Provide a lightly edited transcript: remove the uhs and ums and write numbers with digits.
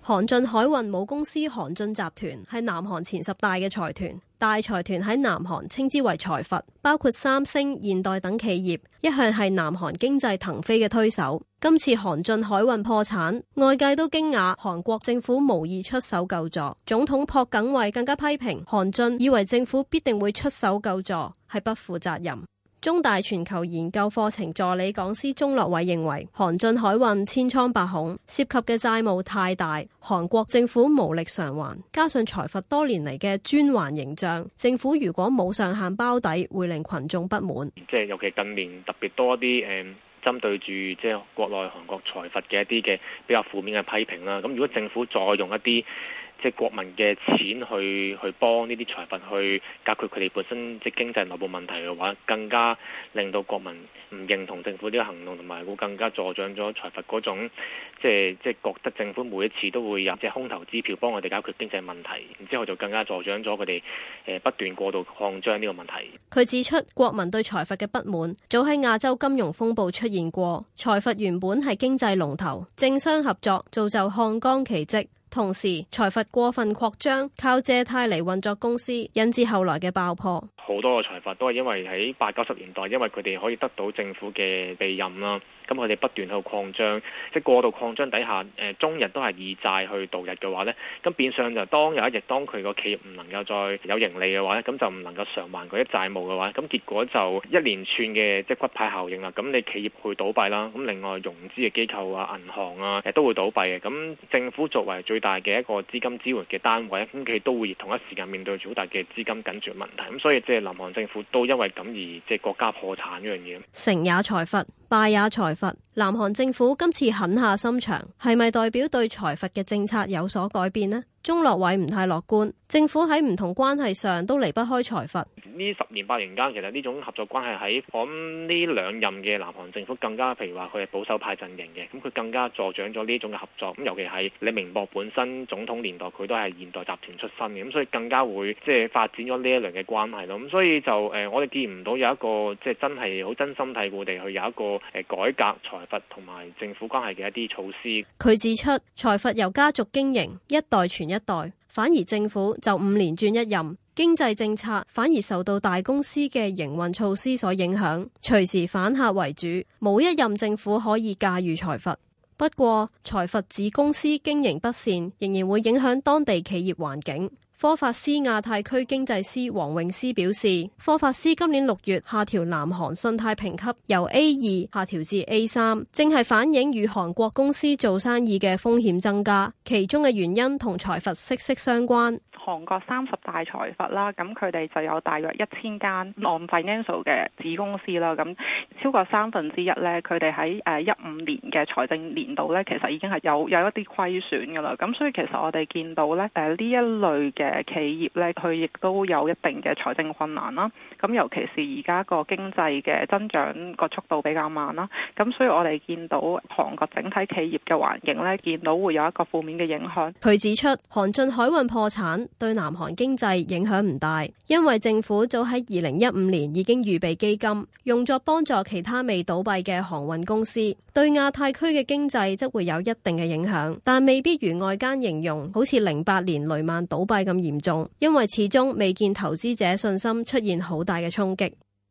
韓進海運母公司韓進集團係南韓前10大嘅財團，大財團喺南韓稱之為財閥，包括三星、現代等企業，一向係南韓經濟騰飛嘅推手。今次韓進海運破產，外界都驚訝韓國政府無意出手救助。總統朴槿惠更加批評韓進以為政府必定會出手救助，係不負責任。中大全球研究課程助理講師鍾樂偉認為，韓進海運千瘡百孔，涉及嘅債務太大，韓國政府無力償還，加上財閥多年嚟嘅專橫形象，政府如果冇上限包底，會令群眾不滿。 即係尤其近年特別多啲針對住即係國內韓國財閥嘅一啲嘅比較負面嘅批評啦。咁如果政府再用一啲即係國民嘅錢去幫呢啲財閥去解決佢哋本身即係經濟內部問題嘅話，更加令到國民唔認同政府呢個行動，同埋會更加助長咗財閥嗰種即係覺得政府每一次都會有即係空頭支票幫我哋解決經濟問題，然之後就更加助長咗佢哋不斷過度擴張呢個問題。 佢指出，國民對財閥嘅不滿早喺亞洲金融風暴出現過，財閥原本係經濟龍頭，政商合作造就漢江奇蹟。同時，財閥過分擴張，靠借貸嚟運作公司，引致後來嘅爆破。 好多個財閥都係因為喺80、90年代，因為佢哋可以得到政府嘅庇蔭啦，咁佢哋不斷去擴張，即係過度擴張底下，終日都係以債去度日嘅話呢，咁變相就當有一日當佢個企業唔能夠再有盈利嘅話呢，咁就唔能夠償還嗰啲債務嘅話，咁結果就一連串嘅即係骨牌效應啦。咁你企業會倒閉啦，咁另外融資嘅機構啊、銀行啊，都會倒閉嘅。咁政府作為最大嘅一個資金支援嘅單位，咁佢都會同一時間面對好大嘅資金緊絀問題。咁所以即係南韓政府都因為咁而即係國家破產呢樣嘢。 成也財閥，敗也財閥。南韓政府今次狠下心腸，係咪代表對財閥嘅政策有所改變呢？鍾樂偉唔太樂觀，政府喺唔同關係上都離不開財閥。 呢10年8年間，其實呢種合作關係喺我諗呢兩任嘅南韓政府更加，譬如話佢係保守派陣營嘅，咁佢更加助長咗呢種嘅合作。咁尤其係李明博本身總統年代佢都係現代集團出身嘅，咁所以更加會即係發展咗呢一輪嘅關係咯。咁所以就我哋見唔到有一個即係真係好真心蒂固地去有一個改革財閥同埋政府關係嘅一啲措施。 佢指出，財閥由家族經營，一代傳一代，反而政府就5年轉一任。經濟政策反而受到大公司嘅營運措施所影響，隨時反客為主，冇一任政府可以駕馭財閥。不過，財閥子公司經營不善，仍然會影響當地企業環境。科法斯亞太區經濟師黃詠詩表示，科法斯今年6月下調南韓信貸評級，由 A2 下調至 A3，正係反映與韓國公司做生意嘅風險增加，其中嘅原因同財閥息息相關。 韓國30大財閥啦，咁佢哋就有大約1000間 non-financial 嘅子公司啦，咁超過1/3咧，佢哋喺15年嘅財政年度咧，其實已經係有一啲虧損噶啦，咁所以其實我哋見到咧，呢一類嘅企業咧，佢亦都有一定嘅財政困難啦，咁尤其是而家個經濟嘅增長個速度比較慢啦，咁所以我哋見到韓國整體企業嘅環境咧，見到會有一個負面嘅影響。 佢指出，韓進海運破產對南韓經濟影響唔大，因為政府早喺2015年已經預備基金，用作幫助其他未倒閉嘅航運公司。對亞太區嘅經濟則會有一定嘅影響，但未必如外間形容，好似08年雷曼倒閉咁嚴重，因為始終未見投資者信心出現好大嘅衝擊。